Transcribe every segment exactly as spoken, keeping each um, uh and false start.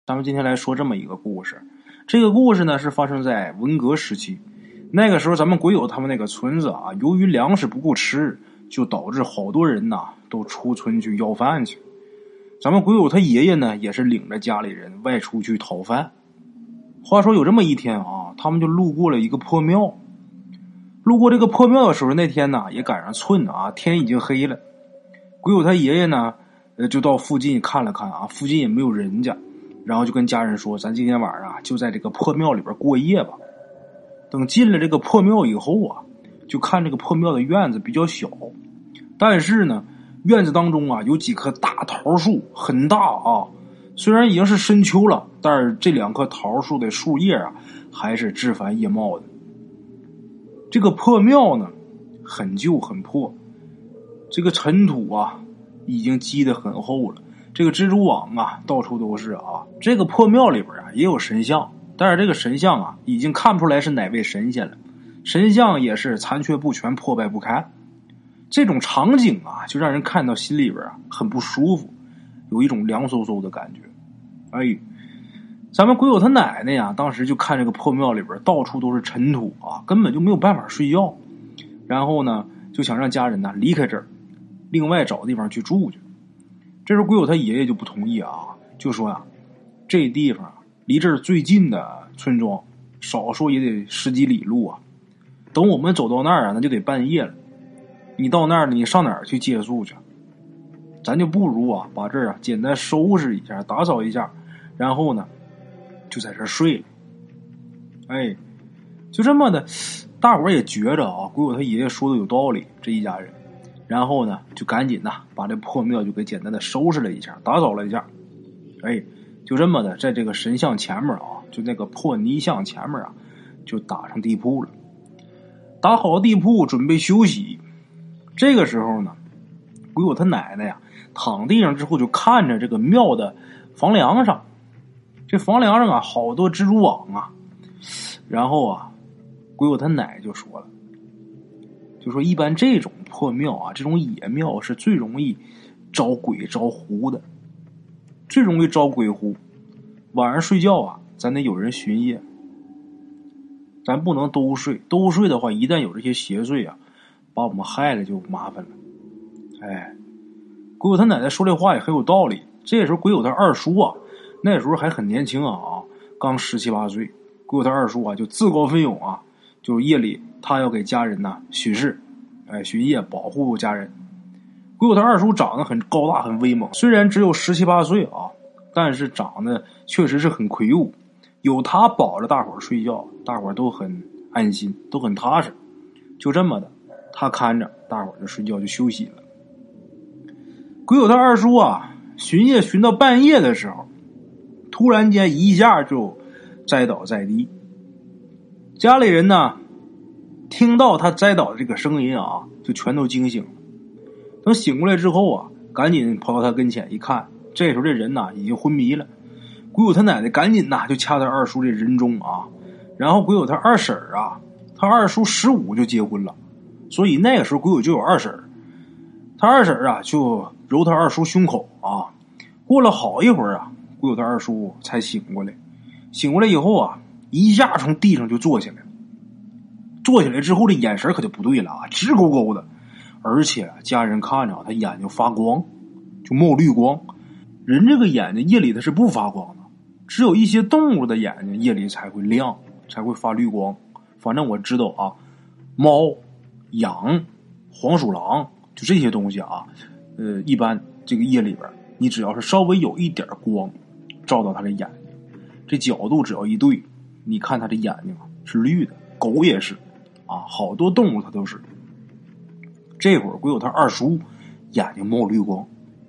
咱们今天来说这么一个故事，这个故事呢是发生在文革时期。那个时候咱们鬼友他们那个村子啊，由于粮食不够吃，就导致好多人呐都出村去要饭去。咱们鬼友他爷爷呢也是领着家里人外出去讨饭。话说有这么一天啊，他们就路过了一个破庙。路过这个破庙的时候，那天呢也赶上寸啊，天已经黑了。鬼友他爷爷呢呃就到附近看了看啊，附近也没有人家，然后就跟家人说，咱今天晚上啊就在这个破庙里边过夜吧。等进了这个破庙以后啊，就看这个破庙的院子比较小，但是呢院子当中啊有几棵大桃树，很大啊，虽然已经是深秋了，但是这两棵桃树的树叶啊还是枝繁叶茂的。这个破庙呢很旧很破，这个尘土啊已经积得很厚了，这个蜘蛛网啊到处都是啊。这个破庙里边啊也有神像，但是这个神像啊已经看不出来是哪位神仙了，神像也是残缺不全，破败不堪。这种场景啊就让人看到心里边啊很不舒服，有一种凉飕飕的感觉。哎，咱们鬼友他奶奶呀当时就看这个破庙里边到处都是尘土啊，根本就没有办法睡觉，然后呢就想让家人呢离开这儿，另外找地方去住去。这时候鬼友他爷爷就不同意啊，就说呀、啊，这地方离这儿最近的村庄少说也得十几里路啊，等我们走到那儿啊那就得半夜了，你到那儿你上哪儿去借宿去？咱就不如啊把这儿啊简单收拾一下，打扫一下，然后呢就在这儿睡了。哎，就这么的，大伙儿也觉着啊鬼友他爷爷说的有道理，这一家人然后呢就赶紧呐把这破庙就给简单的收拾了一下，打扫了一下。哎，就这么的在这个神像前面啊，就那个破泥像前面啊就打上地铺了。打好地铺准备休息，这个时候呢鬼友他奶奶呀躺地上之后就看着这个庙的房梁上，这房梁上啊好多蜘蛛网啊。然后啊鬼友他奶就说了，就说一般这种破庙啊，这种野庙是最容易招鬼招狐的，最容易招鬼狐。晚上睡觉啊咱得有人巡夜，咱不能都睡，都睡的话一旦有这些邪祟啊把我们害了就麻烦了。哎，鬼友他奶奶说这话也很有道理。这时候鬼友他二叔啊那时候还很年轻啊，刚十七八岁。鬼友他二叔啊就自告奋勇啊，就夜里他要给家人呐巡视，哎，巡夜保护家人。鬼友他二叔长得很高大很威猛，虽然只有十七八岁啊，但是长得确实是很魁梧，有他保着大伙儿睡觉，大伙儿都很安心，都很踏实。就这么的他看着大伙儿就睡觉就休息了。鬼友他二叔啊巡夜巡到半夜的时候，突然间一下就栽倒在地。家里人呢听到他栽倒的这个声音啊就全都惊醒了。等醒过来之后啊赶紧跑到他跟前一看，这时候这人呐已经昏迷了。鬼友他奶奶赶紧呐就掐他二叔这人中啊，然后鬼友他二婶啊，他二叔十五就结婚了，所以那个时候鬼友就有二婶。他二婶啊就揉他二叔胸口啊，过了好一会儿啊鬼友他二叔才醒过来。醒过来以后啊一下从地上就坐起来了，坐起来之后这眼神可就不对了啊，直勾勾的，而且家人看着他眼睛发光，就冒绿光。人这个眼睛夜里它是不发光的，只有一些动物的眼睛夜里才会亮，才会发绿光。反正我知道啊，猫、羊、黄鼠狼就这些东西啊，呃，一般这个夜里边你只要是稍微有一点光照到它的眼睛，这角度只要一对，你看它的眼睛是绿的。狗也是啊，好多动物它都是。这会儿鬼友他二叔眼睛冒绿光，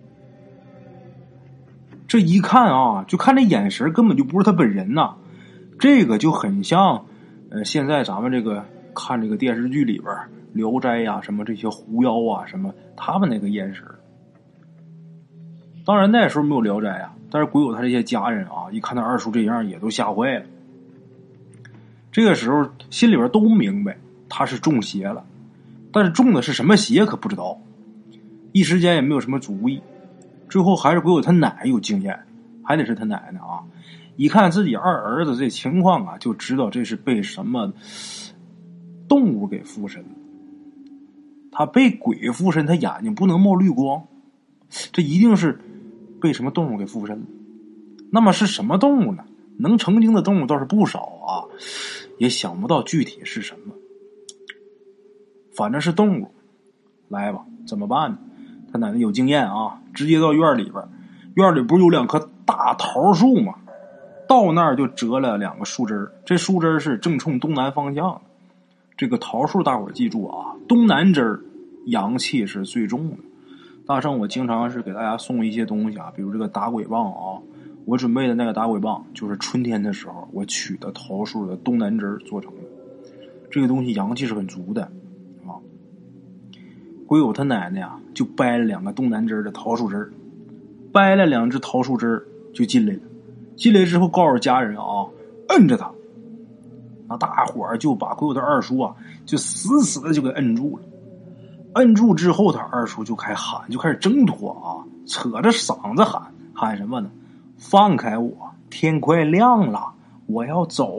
这一看啊就看这眼神根本就不是他本人呐，这个就很像呃现在咱们这个看这个电视剧里边聊斋呀、啊、什么这些狐妖啊什么他们那个眼神。当然那时候没有聊斋啊，但是鬼友他这些家人啊一看他二叔这样也都吓坏了。这个时候心里边都明白他是中邪了，但是中的是什么邪可不知道，一时间也没有什么主意。最后还是鬼友他奶有经验， 还得是他奶奶啊。一看自己二儿子这情况啊，就知道这是被什么动物给附身了。他被鬼附身，他眼睛不能冒绿光，这一定是被什么动物给附身了。那么是什么动物呢？能成精的动物倒是不少啊，也想不到具体是什么。反正是动物。来吧，怎么办呢？他奶奶有经验啊，直接到院里边。院里不是有两棵大桃树吗？到那儿就折了两个树枝，这树枝是正冲东南方向的。这个桃树大伙儿记住啊，东南枝儿阳气是最重的。大圣我经常是给大家送一些东西啊，比如这个打鬼棒啊，我准备的那个打鬼棒就是春天的时候我取的桃树的东南枝儿做成的。这个东西阳气是很足的啊。鬼友他奶奶啊就掰了两个东南枝的桃树枝，掰了两只桃树枝就进来了。进来之后告诉家人啊，摁着他。那大伙儿就把鬼友的二叔啊就死死的就给摁住了。摁住之后，他二叔就开始喊，就开始挣脱啊，扯着嗓子喊，喊什么呢？放开我，天快亮了，我要走。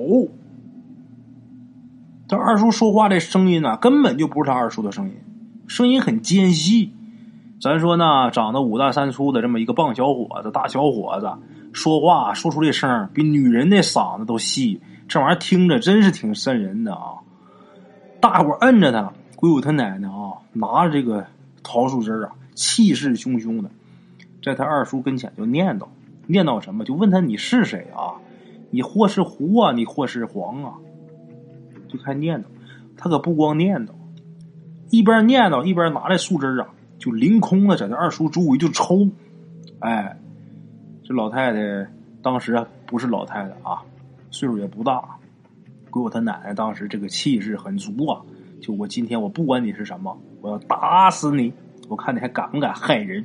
他二叔说话这声音啊，根本就不是他二叔的声音，声音很尖细。咱说呢，长得五大三粗的这么一个棒小伙子，大小伙子，说话说出这声比女人那嗓子都细，这玩意儿听着真是挺瘆人的啊！大伙摁着他，鬼友他奶奶啊，拿着这个桃树枝啊，气势汹汹的，在他二叔跟前就念叨，念叨什么？就问他你是谁啊？你或是胡啊，你或是黄啊？就开始念叨。他可不光念叨，一边念叨一边拿着树枝啊，就凌空的在他二叔周围就抽。哎，这老太太当时啊不是老太太啊，岁数也不大，鬼友他奶奶当时这个气势很足啊。就我今天我不管你是什么，我要打死你，我看你还敢不敢害人。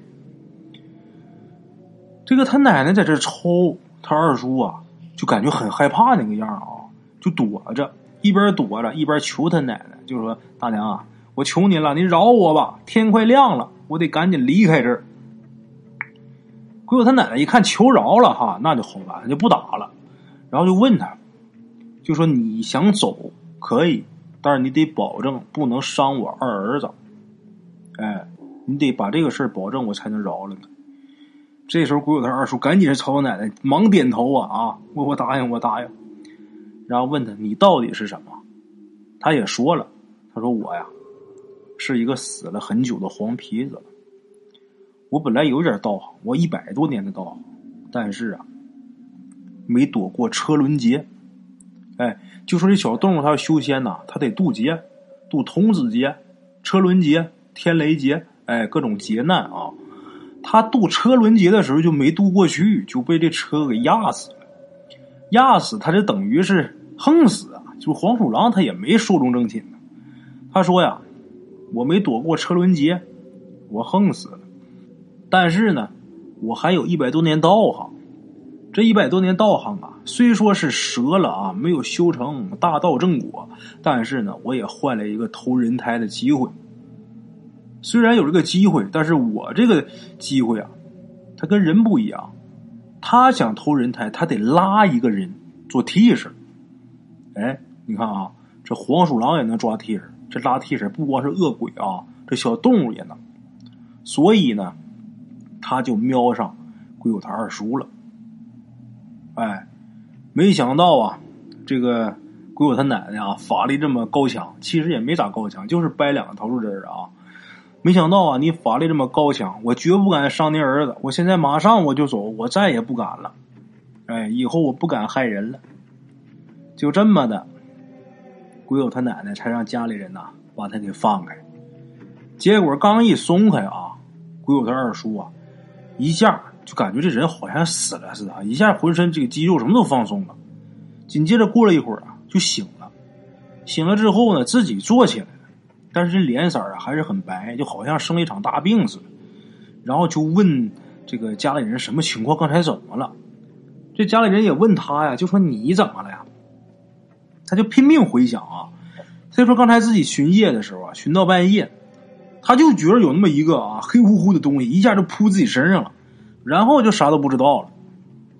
这个他奶奶在这抽，他二叔啊就感觉很害怕那个样啊，就躲着，一边躲着一边求他奶奶，就说大娘啊，我求您了，您饶我吧，天快亮了，我得赶紧离开这儿。鬼友他奶奶一看求饶了哈，那就好办，就不打了。然后就问他，就说你想走可以，但是你得保证不能伤我二儿子。哎，你得把这个事儿保证，我才能饶了你。这时候鬼友他二叔赶紧朝我奶奶忙点头啊啊，我我答应我答应。然后问他你到底是什么？他也说了，他说我呀是一个死了很久的黄皮子。我本来有点道行，我一百多年的道行，但是啊没躲过车轮劫。哎，就说这小动物它要修仙呐、啊，它得渡劫，渡童子劫、车轮劫、天雷劫，哎，各种劫难啊。他渡车轮劫的时候就没渡过去，就被这车给压死了。压死他这等于是横死啊！就黄鼠狼他也没寿终正寝呢。他说呀，我没躲过车轮劫，我横死了。但是呢，我还有一百多年道行。这一百多年道行啊，虽说是折了啊，没有修成大道正果，但是呢，我也换了一个投人胎的机会。虽然有这个机会，但是我这个机会啊，他跟人不一样。他想投人胎，他得拉一个人做替身。哎，你看啊，这黄鼠狼也能抓替身，这拉替身不光是恶鬼啊，这小动物也能。所以呢，他就瞄上鬼友他二叔了。哎，没想到啊，这个鬼友他奶奶啊，法力这么高强，其实也没咋高强，就是掰两个桃树枝啊。没想到啊，你法力这么高强，我绝不敢伤您儿子，我现在马上我就走，我再也不敢了。哎，以后我不敢害人了。就这么的，鬼友他奶奶才让家里人呐、啊、把他给放开。结果刚一松开啊，鬼友他二叔啊，一下就感觉这人好像死了似的，一下浑身这个肌肉什么都放松了。紧接着过了一会儿啊，就醒了。醒了之后呢，自己坐起来了。但是这脸色啊还是很白，就好像生了一场大病似的。然后就问这个家里人什么情况，刚才怎么了？这家里人也问他呀，就说你怎么了呀？他就拼命回想啊，他就说刚才自己巡夜的时候啊，巡到半夜，他就觉得有那么一个啊黑乎乎的东西一下就扑自己身上了，然后就啥都不知道了。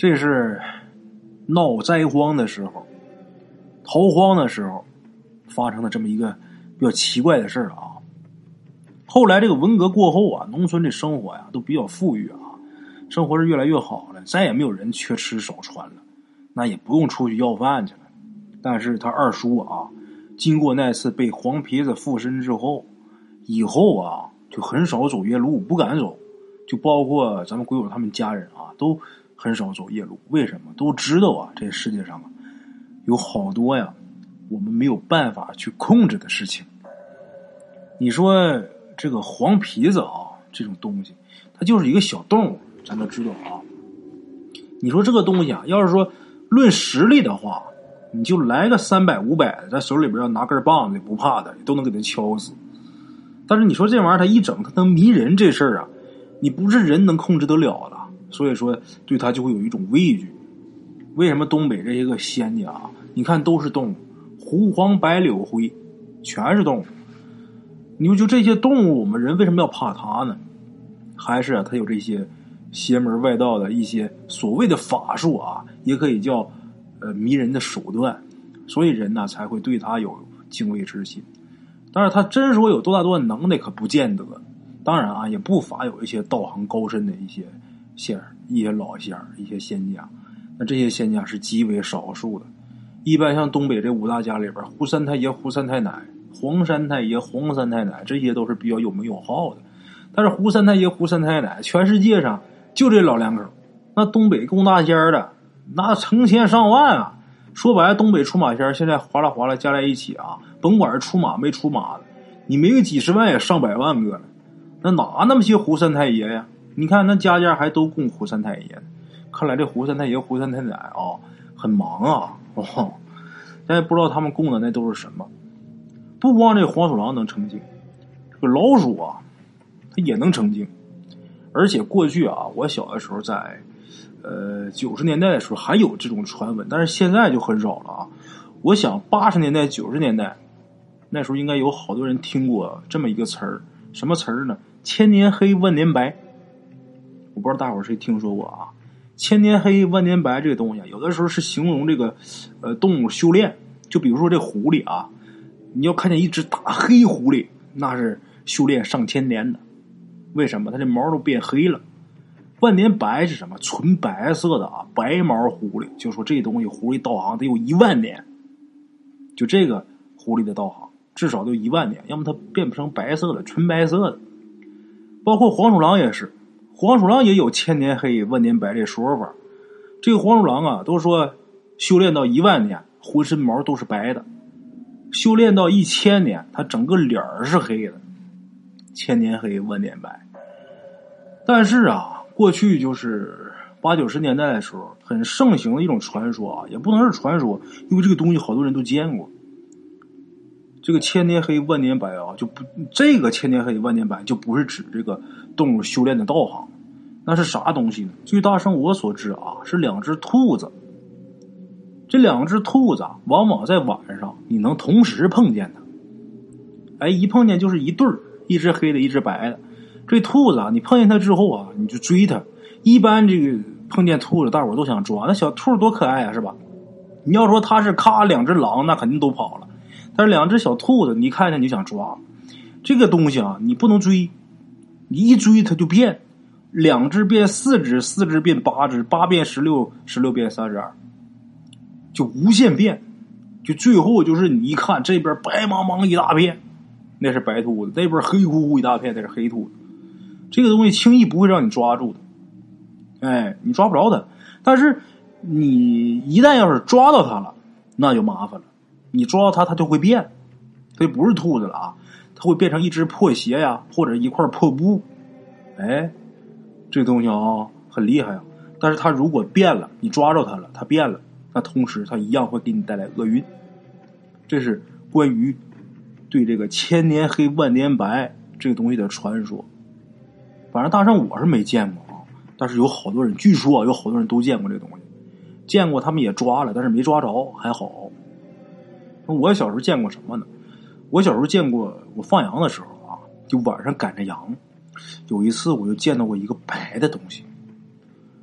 这是闹灾荒的时候，逃荒的时候发生了这么一个比较奇怪的事啊。后来这个文革过后啊，农村的生活呀都比较富裕啊，生活是越来越好了，再也没有人缺吃少穿了，那也不用出去要饭去了。但是他二叔啊，经过那次被黄皮子附身之后，以后啊就很少走夜路，不敢走，就包括咱们鬼友他们家人啊，都很少走夜路。为什么？都知道啊，这世界上啊有好多呀我们没有办法去控制的事情。你说这个黄皮子啊这种东西，它就是一个小动物，咱都知道啊。你说这个东西啊，要是说论实力的话，你就来个三百五百的，在手里边要拿根棒子不怕的，都能给他敲死。但是你说这玩意儿它一整，它能迷人这事儿啊，你不是人能控制得了的，所以说对它就会有一种畏惧。为什么东北这些个仙家啊，你看都是动物，胡黄白柳灰，全是动物。你说就这些动物，我们人为什么要怕它呢？还是啊，它有这些邪门外道的一些所谓的法术啊，也可以叫呃迷人的手段，所以人呢才会对它有敬畏之心。但是他真说有多大多大能耐可不见得。当然啊，也不乏有一些道行高深的一些仙儿、一些老仙儿、一些仙家。那这些仙家是极为少数的。一般像东北这五大家里边，胡三太爷、胡三太奶、黄三太爷、黄三太奶，这些都是比较有名有号的。但是胡三太爷、胡三太奶，全世界上就这老两口。那东北供大仙的，那成千上万啊！说白了，东北出马仙现在哗啦哗啦加在一起啊，甭管是出马没出马的，你没个几十万也上百万个了。那哪那么些胡三太爷呀？你看那家家还都供胡三太爷，看来这胡三太爷、胡三太奶啊，很忙啊。哦，咱也不知道他们供的那都是什么。不光这黄鼠狼能成精，这个老鼠啊，它也能成精。而且过去啊，我小的时候在呃九十年代的时候还有这种传闻，但是现在就很少了啊。我想八十年代、九十年代那时候应该有好多人听过这么一个词儿，什么词儿呢？千年黑万年白。我不知道大伙儿谁听说过啊？千年黑万年白这个东西啊，有的时候是形容这个呃动物修炼。就比如说这狐狸啊，你要看见一只大黑狐狸，那是修炼上千年的。为什么？它这毛都变黑了。万年白是什么？纯白色的啊，白毛狐狸。就说这东西狐狸道行得有一万年，就这个狐狸的道行至少得有一万年，要么它变不成白色的，纯白色的。包括黄鼠狼也是，黄鼠狼也有千年黑万年白这说法。这个黄鼠狼啊，都说修炼到一万年，浑身毛都是白的；修炼到一千年，它整个脸儿是黑的。千年黑万年白。但是啊，过去就是八九十年代的时候，很盛行的一种传说啊，也不能是传说，因为这个东西好多人都见过。这个千年黑万年白啊，就不这个千年黑万年白就不是指这个动物修炼的道行，那是啥东西呢？据大圣我所知啊，是两只兔子。这两只兔子啊，往往在晚上你能同时碰见它，哎，一碰见就是一对儿，一只黑的，一只白的。这兔子啊，你碰见它之后啊，你就追它。一般这个碰见兔子，大伙都想抓，那小兔多可爱啊，是吧？你要说它是咔两只狼，那肯定都跑了。但是两只小兔子，你看见你就想抓。这个东西啊，你不能追，你一追它就变，两只变四只，四只变八只，八变十六，十六变三十二，就无限变。就最后就是你一看这边白茫茫一大片，那是白兔子；那边黑乎乎一大片，那是黑兔子。这个东西轻易不会让你抓住的，哎，你抓不着它。但是你一旦要是抓到它了，那就麻烦了。你抓到它，它就会变，它就不是兔子了啊，它会变成一只破鞋呀，或者一块破布。哎，这个东西啊很厉害啊。但是它如果变了，你抓着它了，它变了，那同时它一样会给你带来厄运。这是关于对这个千年黑万年白这个东西的传说。反正大圣我是没见过啊，但是有好多人，据说有好多人都见过这个东西，见过他们也抓了，但是没抓着，还好。我小时候见过什么呢？我小时候见过，我放羊的时候啊，就晚上赶着羊，有一次我就见到过一个白的东西，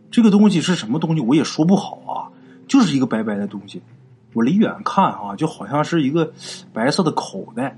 这个东西是什么东西我也说不好啊，就是一个白白的东西。我离远看啊，就好像是一个白色的口袋。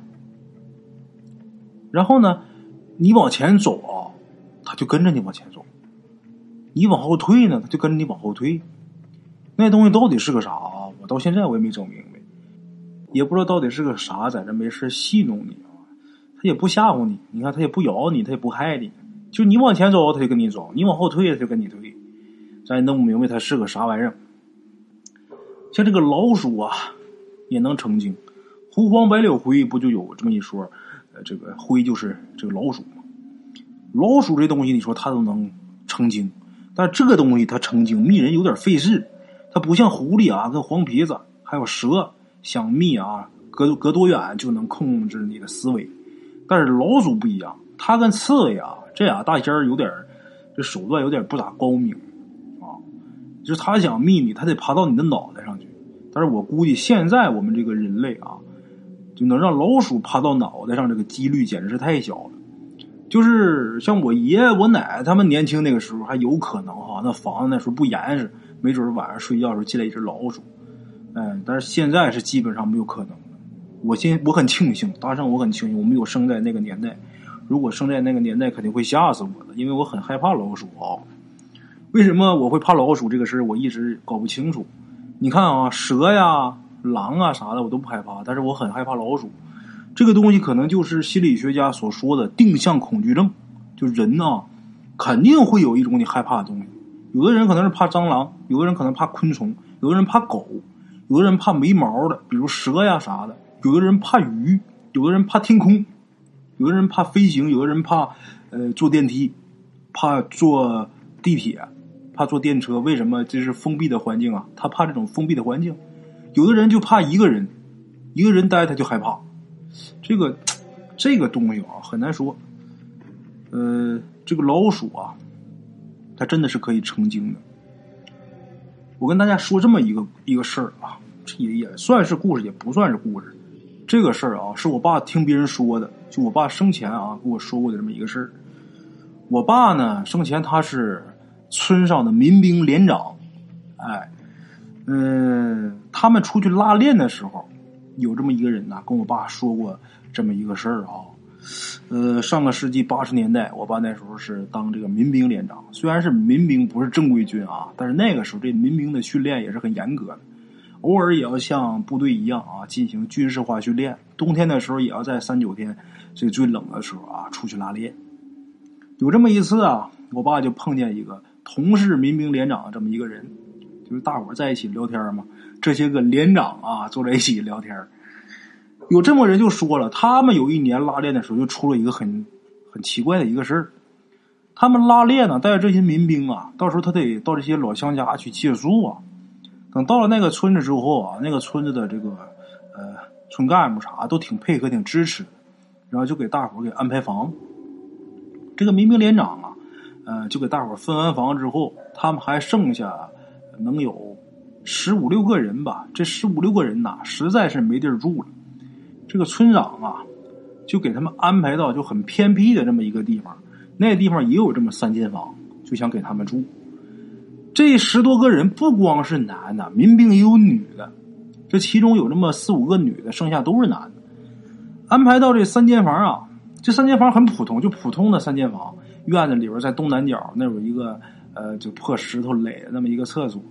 然后呢，你往前走啊，它就跟着你往前走；你往后退呢，它就跟着你往后退。那东西到底是个啥啊？我到现在我也没整明白，也不知道到底是个啥，在这没事戏弄你啊。它也不吓唬你，你看它也不咬你，它也不害你，就你往前走它就跟你走，你往后退它就跟你退，咱也弄不明白它是个啥玩意儿。像这个老鼠啊也能成精，胡黄白柳灰不就有这么一说，呃，这个灰就是这个老鼠嘛。老鼠这东西你说它都能成精，但是这个东西它成精觅人有点费事，它不像狐狸啊跟黄皮子还有蛇想觅啊隔隔多远就能控制你的思维，但是老鼠不一样，它跟刺猬啊这俩大仙儿有点这手段有点不咋高明啊，就是它想觅你，它得爬到你的脑袋上去。但是我估计现在我们这个人类啊，就能让老鼠爬到脑袋上，这个几率简直是太小了。就是像我爷我奶他们年轻那个时候还有可能哈，那房子那时候不严实，没准晚上睡觉的时候进来一只老鼠。哎，但是现在是基本上没有可能的。我现我很庆幸，大圣我很庆幸我没有生在那个年代。如果生在那个年代，肯定会吓死我的，因为我很害怕老鼠啊。为什么我会怕老鼠这个事儿，我一直搞不清楚。你看啊，蛇呀、狼啊啥的我都不害怕，但是我很害怕老鼠。这个东西可能就是心理学家所说的定向恐惧症，就人啊肯定会有一种你害怕的东西。有的人可能是怕蟑螂，有的人可能怕昆虫，有的人怕狗，有的人怕没毛的，比如蛇呀啥的，有的人怕鱼，有的人怕天空，有的人怕飞行，有的人怕呃坐电梯，怕坐地铁，怕坐电车。为什么？这是封闭的环境啊，他怕这种封闭的环境。有的人就怕一个人，一个人待他就害怕。这个这个东西啊很难说。呃，这个老鼠啊，它真的是可以成精的。我跟大家说这么一个一个事儿啊，这也也算是故事，也不算是故事。这个事儿啊，是我爸听别人说的，就我爸生前啊跟我说过的这么一个事儿。我爸呢生前他是村上的民兵连长，哎，嗯、呃，他们出去拉练的时候，有这么一个人呐，跟我爸说过这么一个事儿啊。呃，上个世纪八十年代，我爸那时候是当这个民兵连长，虽然是民兵，不是正规军啊，但是那个时候这民兵的训练也是很严格的，偶尔也要像部队一样啊进行军事化训练。冬天的时候也要在三九天这最冷的时候啊出去拉练。有这么一次啊，我爸就碰见一个同是民兵连长这么一个人，就是大伙在一起聊天嘛，这些个连长啊坐在一起聊天。有这么人就说了，他们有一年拉练的时候就出了一个很很奇怪的一个事儿。他们拉练呢，带着这些民兵啊，到时候他得到这些老乡家去借宿啊。等到了那个村子之后啊，那个村子的这个呃村干部啥都挺配合挺支持，然后就给大伙给安排房。这个民兵连长啊呃就给大伙分完房之后，他们还剩下能有十五六个人吧。这十五六个人呐实在是没地儿住了。这个村长啊就给他们安排到就很偏僻的这么一个地方，那地方也有这么三间房，就想给他们住。这十多个人不光是男的，民兵也有女的，这其中有这么四五个女的，剩下都是男的。安排到这三间房啊，这三间房很普通，就普通的三间房，院子里边在东南角那有一个呃就破石头垒的那么一个厕所。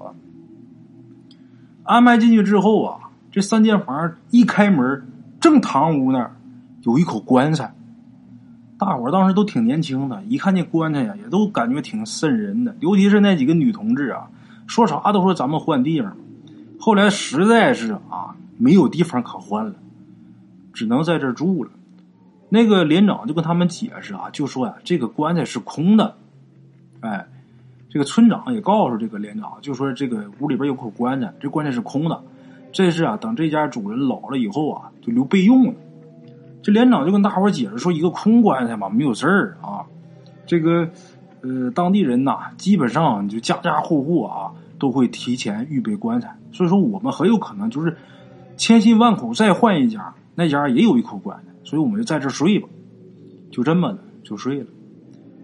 安排进去之后啊，这三间房一开门，正堂屋那儿有一口棺材。大伙儿当时都挺年轻的，一看见棺材呀，也都感觉挺瘆人的。尤其是那几个女同志啊，说啥都说咱们换地方。后来实在是啊，没有地方可换了，只能在这儿住了。那个连长就跟他们解释啊，就说呀、啊，这个棺材是空的。哎，这个村长也告诉这个连长，就说这个屋里边有口棺材，这棺材是空的，这是啊，等这家主人老了以后啊，就留备用了。这连长就跟大伙解释说，一个空棺材嘛，没有事儿啊。这个呃，当地人呐、啊，基本上就家家户户啊都会提前预备棺材，所以说我们很有可能就是千辛万苦再换一家，那家也有一口棺材，所以我们就在这睡吧。就这么的就睡了。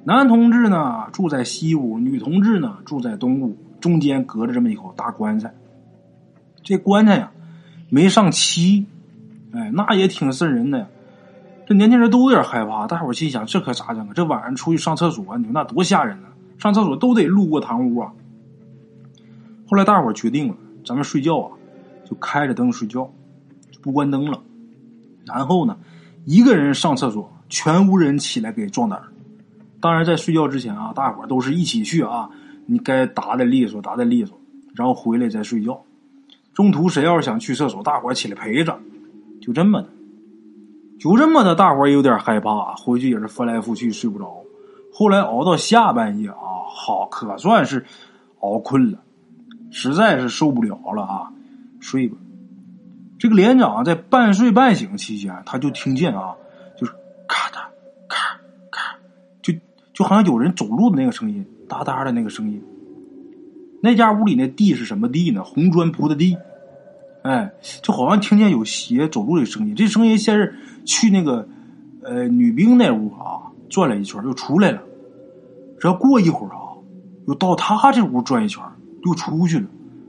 男同志呢住在西屋，女同志呢住在东屋，中间隔着这么一口大棺材。这棺材呀没上漆，哎，那也挺瘆人的呀。这年轻人都有点害怕，大伙儿心想这可咋整啊？这晚上出去上厕所，你说那多吓人啊！上厕所都得路过堂屋啊。后来大伙儿决定了，咱们睡觉啊就开着灯睡觉，就不关灯了。然后呢，一个人上厕所，全屋人起来给壮胆。当然在睡觉之前啊，大伙儿都是一起去啊，你该打得利索打得利索，然后回来再睡觉。中途谁要是想去厕所，大伙儿起来陪着，就这么的。就这么的，大伙儿也有点害怕，回去也是翻来覆去睡不着。后来熬到下半夜啊，好可算是熬困了，实在是受不了了啊，睡吧。这个连长在半睡半醒期间，他就听见啊，就是咔嗒咔咔，就就好像有人走路的那个声音，哒哒的那个声音。那家屋里那地是什么地呢？红砖铺的地。哎，就好像听见有鞋走路的声音。这声音先是去那个呃女兵那屋啊转了一圈，又出来了。然后过一会儿啊，又到他这屋转一圈，又出去了。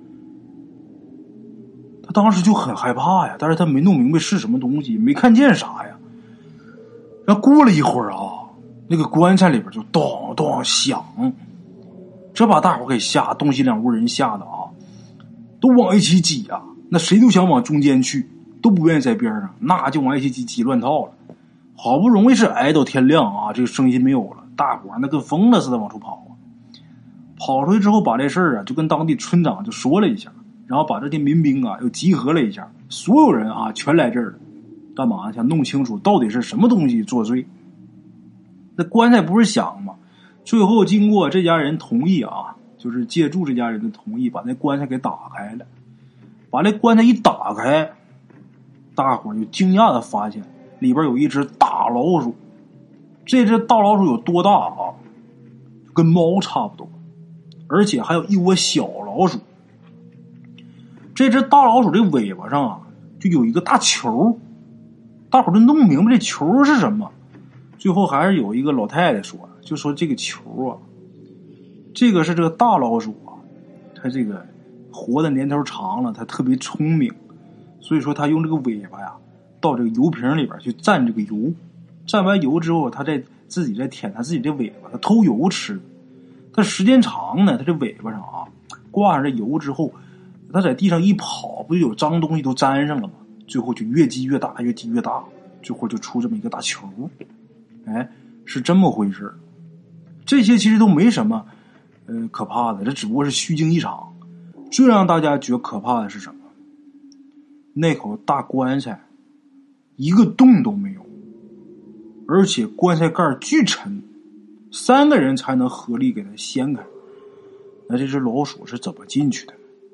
他当时就很害怕呀，但是他没弄明白是什么东西，没看见啥呀。然后过了一会儿啊，那个棺材里边就咚咚响，这把大伙给吓，东西两屋人吓的啊，都往一起挤啊。那谁都想往中间去，都不愿意在边上，那就往一起挤挤乱套了。好不容易是挨到天亮啊，这个声音没有了，大伙那跟疯了似的往出跑啊。跑出去之后，把这事儿啊就跟当地村长就说了一下，然后把这些民兵啊又集合了一下，所有人啊全来这儿了，干嘛想弄清楚到底是什么东西作祟。那棺材不是响吗？最后经过这家人同意啊，就是借助这家人的同意，把那棺材给打开了。把这棺材一打开，大伙儿就惊讶的发现里边有一只大老鼠。这只大老鼠有多大啊？跟猫差不多，而且还有一窝小老鼠。这只大老鼠这尾巴上啊就有一个大球，大伙儿都弄不明白这球是什么。最后还是有一个老太太说，就说这个球啊，这个是这个大老鼠啊，它这个活的年头长了，它特别聪明，所以说它用这个尾巴呀到这个油瓶里边去蘸这个油，蘸完油之后它再自己再舔它自己这尾巴，它偷油吃。它时间长呢，它这尾巴上啊挂上这油之后，它在地上一跑，不就有脏东西都沾上了吗？最后就越积越大，越积越大，最后就出这么一个大球。哎，是这么回事。这些其实都没什么呃可怕的，这只不过是虚惊一场。最让大家觉得可怕的是什么？那口大棺材一个洞都没有，而且棺材盖巨沉，三个人才能合力给它掀开。那这只老鼠是怎么进去的？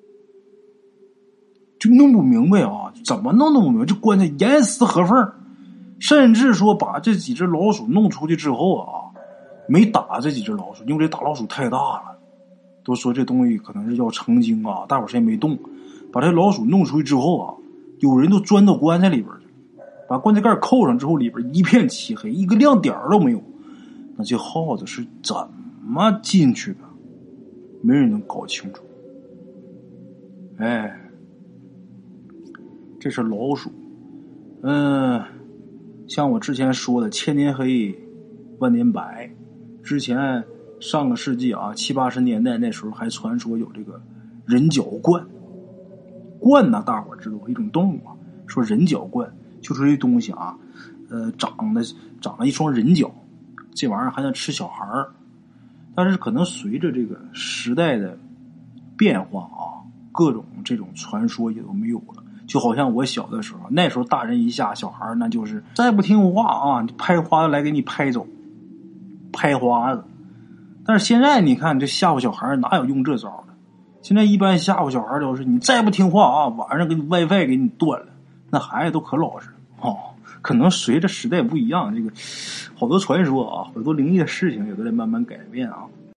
就弄不明白啊，怎么弄都不明白。这棺材严丝合缝，甚至说把这几只老鼠弄出去之后啊，没打这几只老鼠，因为这大老鼠太大了。都说这东西可能是要成精啊，大伙谁也没动。把这老鼠弄出去之后啊，有人都钻到棺材里边去，把棺材盖扣上之后，里边一片漆黑，一个亮点都没有。那这耗子是怎么进去的？没人能搞清楚。哎，这是老鼠。嗯，像我之前说的，千年黑，万年白。之前上个世纪啊，七八十年代那时候还传说有这个人脚鹳。鹳呢，大伙儿知道一种动物啊，说人脚鹳就是这东西啊，呃，长得长了一双人脚，这玩意儿还能吃小孩儿。但是可能随着这个时代的变化啊，各种这种传说也都没有了。就好像我小的时候，那时候大人一吓小孩，那就是再不听话啊，拍花子来给你拍走，拍花子。但是现在你看这吓唬小孩哪有用这招的？现在一般吓唬小孩都是你再不听话啊，晚上给你 WiFi 给你断了。那孩子都可老实哦。可能随着时代不一样，这个好多传说啊，好多灵异的事情也都在慢慢改变啊。